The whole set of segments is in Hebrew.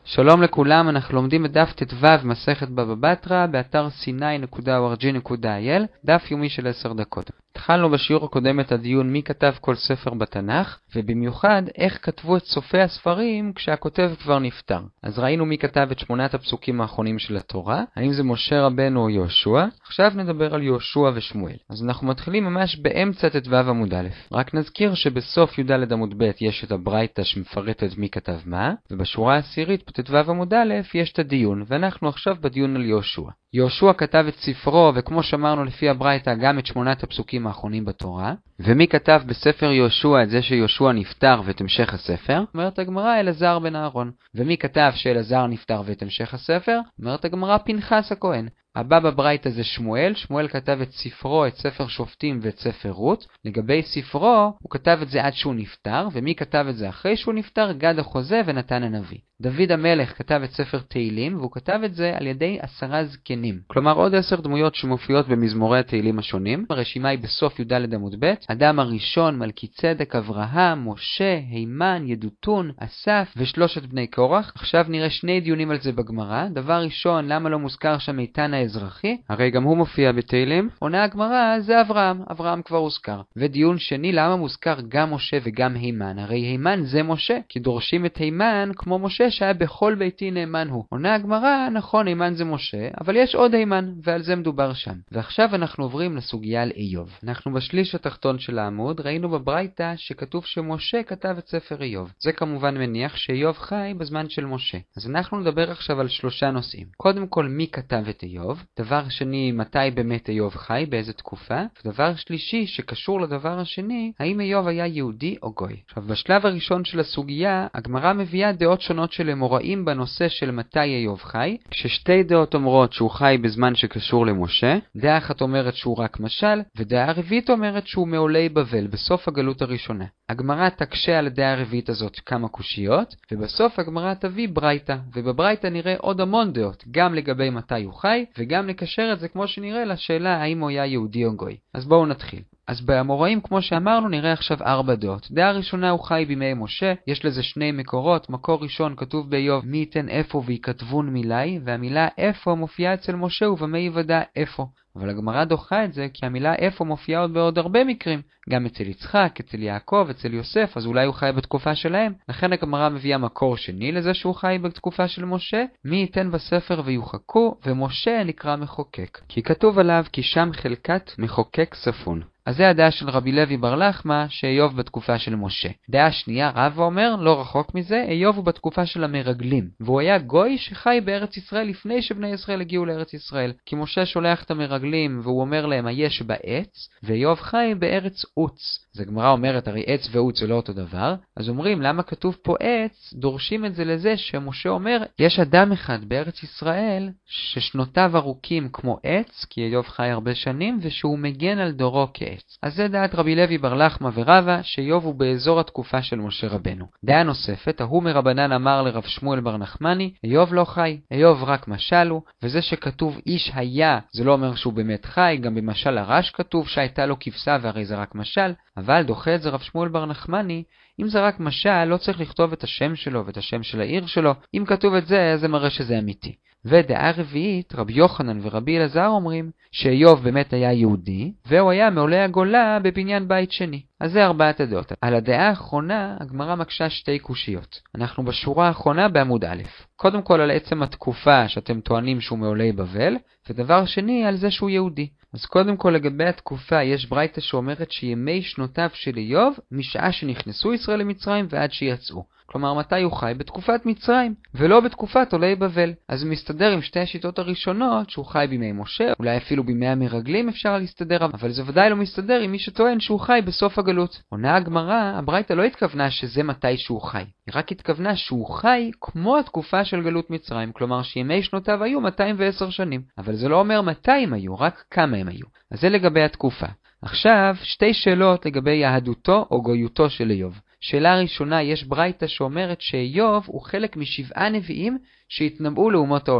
שלום לכולם, אנחנו לומדים בדף ט"ו מסכת בבא בתרא באתר sinai.org.il, דף יומי של 10 דקות. התחלנו בשיעור הקודם את הדיון מי כתב כל ספר בתנ"ך, ובמיוחד איך כתבו את סופי הספרים כשהכותב כבר נפטר. אז ראינו מי כתב את 8 הפסוקים האחרונים של התורה, האם זה משה רבנו או יהושע. עכשיו נדבר על יהושע ושמואל. אז אנחנו מתחילים ממש באמצע ט"ו עמוד א'. רק נזכיר שבסוף י"ד עמוד ב' יש את הברייתא שמפרטת מי כתב מה, ובשורה העשירית בט"ו עמוד א' יש את הדיון, ואנחנו עכשיו בדיון על יהושע. יהושע כתב את ספרו, וכמו שאמרנו לפי הברייתא, גם את 8 הפסוקים האחרונים בתורה. ומי כתב בספר יהושע את זה שיהושע נפטר ואת המשך הספר? אומרת הגמרא אלעזר בן אהרון. ומי כתב שאלעזר נפטר ואת המשך הספר? אומרת הגמרא פנחס הכהן. הבא בברייתא זה שמואל. שמואל כתב את ספרו, את ספר שופטים ואת ספר רות. לגבי ספרו, הוא כתב את זה עד שהוא נפטר, ומי כתב את זה אחרי שהוא נפטר? גד החוזה ונתן הנביא. דוד המלך כתב את ספר תהילים, והוא כתב את זה על ידי 10 זקנים. כלומר עוד 10 דמויות שמופיעות במזמורי התהילים השונים. הרשימה היא בסוף י"ד עמוד ב'. אדם הראשון, מלכי צדק, אברהם, משה, הימן, ידותון, אסף ושלושת בני קורח. עכשיו נראה 2 דיונים על זה בגמרא. דבר ראשון, למה לא מוזכר שם איתן האזרחי? הרי גם הוא מופיע בתהילים. עונה הגמרא, זה אברהם. אברהם כבר הוזכר. ודיון שני, למה מוזכר גם משה וגם הימן? הרי הימן זה משה, כי דורשים את הימן כמו משה שהיה בכל ביתי נאמן הוא. עונה הגמרא, נכון, הימן זה משה, אבל יש עוד הימן, ועל זה מדובר שם. ועכשיו אנחנו עוברים לסוגיה על איוב. אנחנו בשליש התחתון של העמוד, ראינו בברייתא שכתוב שמשה כתב את ספר איוב. זה כמובן מניח שאיוב חי בזמן של משה. אז אנחנו נדבר עכשיו על 3 נושאים. קודם כל, מי כתב את איוב? דבר שני, מתי באמת איוב חי, באיזה תקופה? ודבר שלישי, שקשור לדבר השני, האם איוב היה יהודי או גוי? עכשיו, בשלב הראשון של הסוגיה, הגמרא מביאה דעות שונות של אמוראים בנושא של מתי איוב חי, כששתי דעות אומרות שהוא חי בזמן שקשור למשה, דעה אחת אומרת שהוא רק משל, ודעה רביעית אומרת שהוא מעולי בבל, בסוף הגלות הראשונה. הגמרא תקשה על הדעה הרביעית הזאת כמה קושיות, ובסוף הגמרא תביא ברייתא, ובברייתא נראה עוד המון דעות, גם לגבי מתי הוא חי, וגם לקשר את זה כמו שנראה לשאלה האם הוא היה יהודי או גוי. אז בואו נתחיל. אז באמוראים, כמו שאמרנו, נראה עכשיו 4 דעות. דעה ראשונה, הוא חי בימי משה, יש לזה 2 מקורות. מקור ראשון כתוב באיוב, מי ייתן איפה ויקטבון מילי, והמילה איפה מופיעה אצל משה ובמה יוודע איפה. אבל הגמרא דוחה את זה, כי המילה איפה מופיעה עוד בעוד הרבה מקרים. גם אצל יצחק, אצל יעקב, אצל יוסף, אז אולי הוא חי בתקופה שלהם. לכן הגמרא מביאה מקור שני לזה שהוא חי בתקופה של משה. מי ייתן בספר ויוחקו, ומשה נקרא מחוקק. כי כתוב עליו, כי שם חלקת מחוקק ספון. אז זה הדעה של רבי לוי בר לחמא שאיוב בתקופה של משה. דעה שנייה, רב אומר, לא רחוק מזה, איוב הוא בתקופה של המרגלים. והוא היה גוי שחי בארץ ישראל לפני שבני ישראל הגיעו לארץ ישראל. כי משה שולח את המרגלים והוא אומר להם, היש בעץ, ואיוב חי בארץ עוץ. אז הגמרא אומרת, הרי עץ ועוץ זה לא אותו דבר. אז אומרים, למה כתוב פה עץ? דורשים את זה לזה שמשה אומר, יש אדם אחד בארץ ישראל ששנותיו ארוכים כמו עץ, כי איוב חי הרבה שנים, ושהוא מגן על דורו כעץ. אז זה דעת רבי לוי בר לחמא ורבא, שאיוב הוא באזור התקופה של משה רבנו. דעה נוספת, ההוא מרבנן אמר לרב שמואל בר נחמני, איוב לא חי, איוב רק משל הוא, וזה שכתוב איש היה, זה לא אומר שהוא באמת חי, גם במשל הרש כתוב שהייתה לו כבשה והרי זה רק משל, אבל דוחה את זה רב שמואל בר נחמני, אם זה רק משל, לא צריך לכתוב את השם שלו ואת השם של העיר שלו, אם כתוב את זה, זה מראה שזה אמיתי. ודעה רביעית, רבי יוחנן ורבי אלעזר אומרים שאיוב באמת היה יהודי, והוא היה מעולי הגולה בבניין בית שני. אז זה 4 הדעות. על הדעה האחרונה, הגמרא מקשה 2 קושיות. אנחנו בשורה האחרונה בעמוד א'. קודם כל על עצם התקופה שאתם טוענים שהוא מעולי בבל, ודבר שני על זה שהוא יהודי. אז קודם כל לגבי התקופה יש ברייתא שאומרת שימי שנותיו של איוב משעה שנכנסו ישראל למצרים ועד שיצאו. כלומר מתי הוא חי? בתקופת מצרים, ולא בתקופת עולי בבל. אז הוא מסתדר עם 2 השיטות הראשונות שהוא חי בימי משה, אולי אפילו בימי המרגלים אפשר להסתדר, אבל זה ודאי לא מסתדר עם מי שטוען שהוא חי בסוף הגלות. עונה הגמרא, הברייתא לא התכוונה שזה מתי שהוא חי. היא רק התכוונה שהוא חי כמו התקופה של גלות מצרים, כלומר שימי שנותיו היו 210 שנים. אבל זה לא אומר מתי הם היו, רק כמה הם היו. אז זה לגבי התקופה. עכשיו 2 שאלות לגבי יהדותו או גויותו של איוב. שאלה ראשונה, יש ברייתא שאומרת שאיוב הוא חלק מ7 נביאים שהתנבאו לאומות העולם.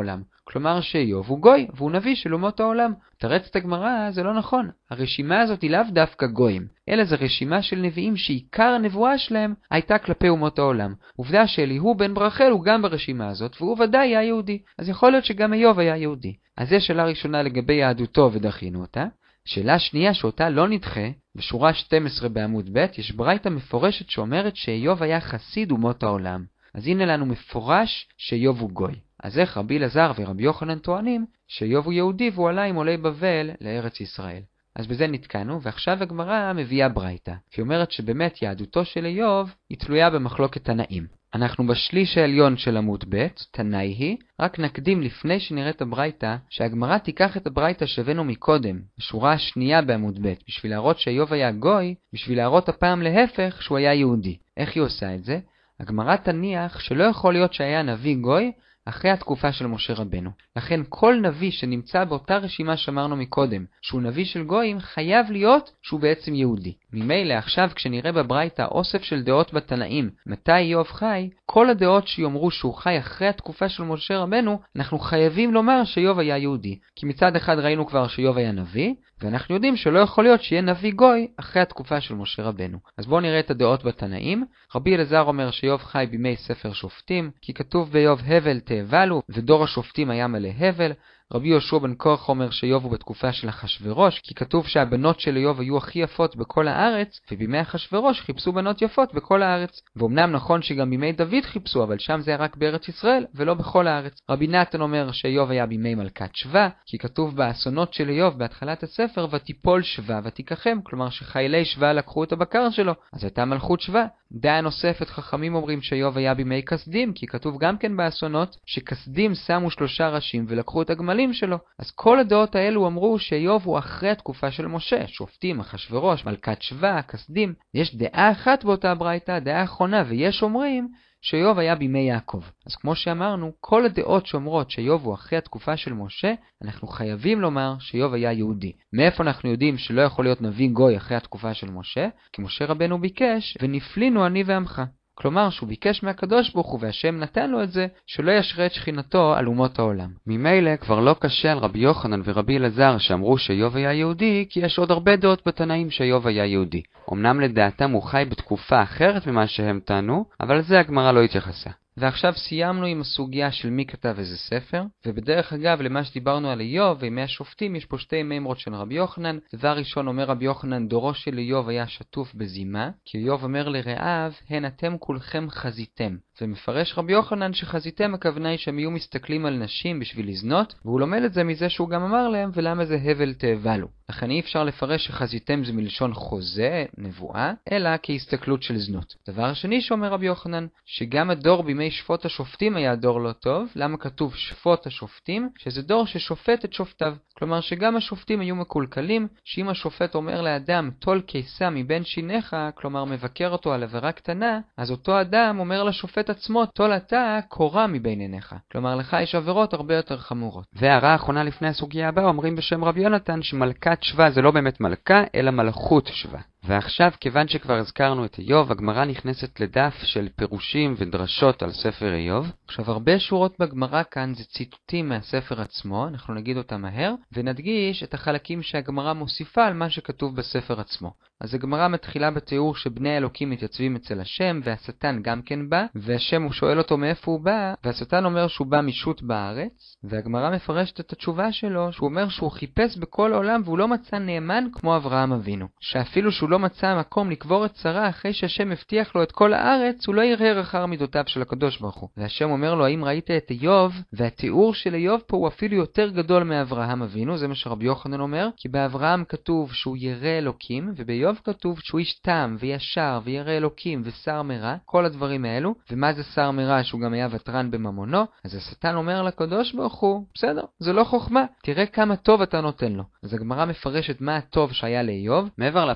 כלומר שאיוב הוא גוי, והוא נביא של אומות העולם. תרץ את הגמרא, זה לא נכון. הרשימה הזאת היא לאו דווקא גויים, אלא זו רשימה של נביאים שעיקר הנבואה שלהם הייתה כלפי אומות העולם. עובדה שאליהו בן ברחל הוא גם ברשימה הזאת, והוא ודאי היה יהודי. אז יכול להיות שגם איוב היה יהודי. אז זו שאלה ראשונה לגבי יהדותו ודחינו אותה. שאלה שנייה שאותה לא נדחה, בשורה 12 בעמוד ב' יש ברייתא מפורשת שאומרת שאיוב היה חסיד אומות העולם. אז הנה לנו מפורש שאיוב הוא גוי. אז איך רבי אלעזר ורבי יוחנן טוענים שאיוב הוא יהודי והוא עלה עם עולי בבל לארץ ישראל. אז בזה נתקענו, ועכשיו הגמרא מביאה ברייתא. היא אומרת שבאמת יהדותו של איוב היא תלויה במחלוקת תנאים. אנחנו בשליש העליון של עמוד ב', תנאי היא, רק נקדים לפני שנראה את הברייתא, שהגמרא תיקח את הברייתא שהבאנו מקודם, בשורה השנייה בעמוד ב', בשביל להראות שאיוב היה גוי, בשביל להראות הפעם להפך שהוא היה יהודי. איך היא עושה את זה? הגמרא תניח שלא יכול להיות שהיה נביא גוי אחרי התקופה של משה רבנו. לכן כל נביא שנמצא באותה רשימה שאמרנו מקודם, שהוא נביא של גויים, חייב להיות שהוא בעצם יהודי. ממילא עכשיו כשנראה בברייתא אוסף של דעות בתנאים, מתי איוב חי, כל הדעות שיאמרו שהוא חי אחרי התקופה של משה רבנו, אנחנו חייבים לומר שאיוב היה יהודי. כי מצד אחד ראינו כבר שאיוב היה נביא, ואנחנו יודעים שלא יכול להיות שיהיה נביא גוי אחרי התקופה של משה רבנו. אז בואו נראה את הדעות בתנאים. רבי אלעזר אומר שאיוב חי בימי ספר שופטים, כי כתוב באיוב הבל תאבלו, ודור השופטים היה מלא הבל. רבי יהושע בן קורח אומר שאיוב הוא בתקופה של אחשוורוש, כי כתוב שהבנות של איוב היו הכי יפות בכל הארץ, ובימי אחשוורוש חיפשו בנות יפות בכל הארץ. ואומנם נכון שגם בימי דוד חיפשו, אבל שם זה היה רק בארץ ישראל, ולא בכל הארץ. רבי נתן אומר שאיוב היה בימי מלכת שבא, כי כתוב באסונות של איוב בהתחלת הספר, ותיפול שבא ותיקחם, כלומר שחיילי שבא לקחו את הבקר שלו, אז הייתה מלכות שבא. דעה נוספת, חכמים אומרים שאיוב היה בימי כסדים, כי כתוב גם כן באסונות שכסדים שמו 3 ראשים ולקחו את הגמלים שלו. אז כל הדעות האלו אמרו שאיוב הוא אחרי התקופה של משה, שופטים, אחשוורוש, מלכת שבא, כסדים. יש דעה אחת באותה ברייתא, דעה אחרונה, ויש אומרים שאיוב היה בימי יעקב. אז כמו שאמרנו, כל הדעות שאומרות שאיוב הוא אחרי התקופה של משה, אנחנו חייבים לומר שאיוב היה יהודי. מאיפה אנחנו יודעים שלא יכול להיות נביא גוי אחרי התקופה של משה? כי משה רבנו ביקש, ונפלינו אני ועמך. כלומר שהוא ביקש מהקדוש ברוך הוא והשם נתן לו את זה שלא ישרה את שכינתו על אומות העולם. ממילא כבר לא קשה על רבי יוחנן ורבי אלעזר שאמרו שאיוב היה יהודי, כי יש עוד הרבה דעות בתנאים שאיוב היה יהודי. אמנם לדעתם הוא חי בתקופה אחרת ממה שהם טענו, אבל זה הגמרא לא התייחסה. ועכשיו סיימנו עם הסוגיה של מי כתב איזה ספר, ובדרך אגב למה שדיברנו על איוב וימי השופטים יש פה 2 מימרות של רבי יוחנן. דבר ראשון אומר רבי יוחנן, דורו של איוב היה שטוף בזימה, כי איוב אומר לרעיו, הן אתם כולכם חזיתם. ומפרש רבי יוחנן שחזיתם הכוונה היא שהם יהיו מסתכלים על נשים בשביל לזנות, והוא לומד את זה מזה שהוא גם אמר להם ולמה זה הבל תאבלו. לכן אי אפשר לפרש שחזיתם זה מלשון חוזה, נבואה, אלא כהסתכלות של זנות. דבר שני שאומר רבי יוחנן, שגם הדור בימי שפוט השופטים היה דור לא טוב. למה כתוב שפוט השופטים? שזה דור ששופט את שופטיו. כלומר שגם השופטים היו מקולקלים, שאם השופט אומר לאדם טול קיסה מבין שיניך, כלומר מבקר אותו על עבירה קטנה, אז אותו אדם אומר לשופט עצמו טול אתה קורה מבין עיניך. כלומר לך יש עבירות הרבה יותר חמורות. והערה האחרונה לפני הסוגיה הבאה אומרים בשם רבי יונתן שמלכת שבא זה לא באמת מלכה אלא מלכות שבא. ועכשיו כיוון שכבר הזכרנו את איוב, הגמרא נכנסת לדף של פירושים ודרשות על ספר איוב. עכשיו הרבה שורות בגמרא כאן זה ציטוטים מהספר עצמו, אנחנו נגיד אותם מהר, ונדגיש את החלקים שהגמרא מוסיפה על מה שכתוב בספר עצמו. אז הגמרא מתחילה בתיאור שבני האלוקים מתייצבים אצל השם, והשטן גם כן בא, והשם הוא שואל אותו מאיפה הוא בא, והשטן אומר שהוא בא משוט בארץ, והגמרא מפרשת את התשובה שלו, שהוא אומר שהוא חיפש בכל העולם והוא לא מצא נאמן כמו אברהם אבינו. שאפילו שהוא לא מצא מקום לקבור את שרה אחרי שהשם הבטיח לו את כל הארץ, הוא לא ירהר אחר מידותיו של הקדוש ברוך הוא. והשם אומר לו, האם ראית את איוב? והתיאור של איוב פה הוא אפילו יותר גדול מאברהם אבינו, זה מה שרבי יוחנן אומר, כי באברהם כתוב שהוא ירא אלוקים, ובאיוב כתוב שהוא איש תם וישר וירא אלוקים ושר מרע, כל הדברים האלו. ומה זה שר מרע? שהוא גם היה ותרן בממונו. אז השטן אומר לקדוש ברוך הוא, בסדר, זה לא חוכמה, תראה כמה טוב אתה נותן לו. אז הגמרא מפרשת מה הטוב שהיה לאיוב, מעבר לפשט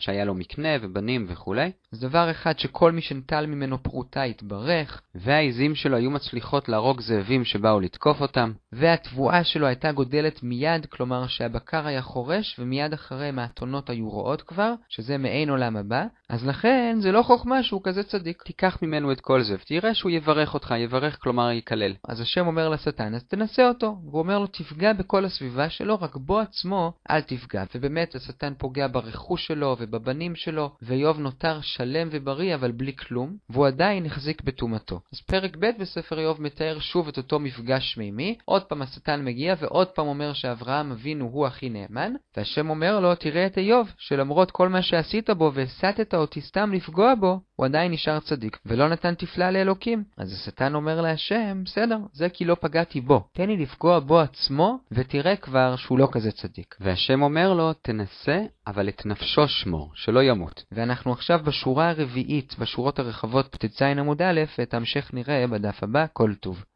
שהיה לו מקנה ובנים וכו'. זה דבר אחד שכל מי שנטל ממנו פרוטה התברך, והעיזים שלו היו מצליחות להרוג זאבים שבאו לתקוף אותם, והתבואה שלו הייתה גודלת מיד, כלומר שהבקר היה חורש ומיד אחרי מהתונות היו רואות כבר, שזה מעין עולם הבא, אז לכן זה לא חוכמה שהוא כזה צדיק. תיקח ממנו את כל זה ותראה שהוא יברך אותך, יברך כלומר יקלל. אז השם אומר לשטן, אז תנסה אותו, והוא אומר לו תפגע בכל הסביבה שלו, רק בו עצמו אל תפגע. ובאמת השטן פוגע ברכוש שלו ובבנים שלו, ואיוב נותר שלם ובריא אבל בלי כלום, והוא עדיין החזיק בטומאתו. אז פרק ב' בספר איוב מתאר שוב את אותו מפגש שמימי, עוד פעם השטן מגיע ועוד פעם אומר שאברהם אבינו הוא הכי נאמן, והשם אומר לו תראה את איוב, שלמרות כל מה שעשית בו והסתת אותי סתם לפגוע בו, הוא עדיין נשאר צדיק, ולא נתן תפלה לאלוקים. אז השטן אומר להשם, בסדר, זה כי לא פגעתי בו. תן לי לפגוע בו עצמו, ותראה כבר שהוא לא כזה צדיק. והשם אומר לו, תנסה, אבל את נפשו שמור, שלא ימות. ואנחנו עכשיו בשורה הרביעית, בשורות הרחבות פ"ז עמוד א', ואת ההמשך נראה בדף הבא, כל טוב.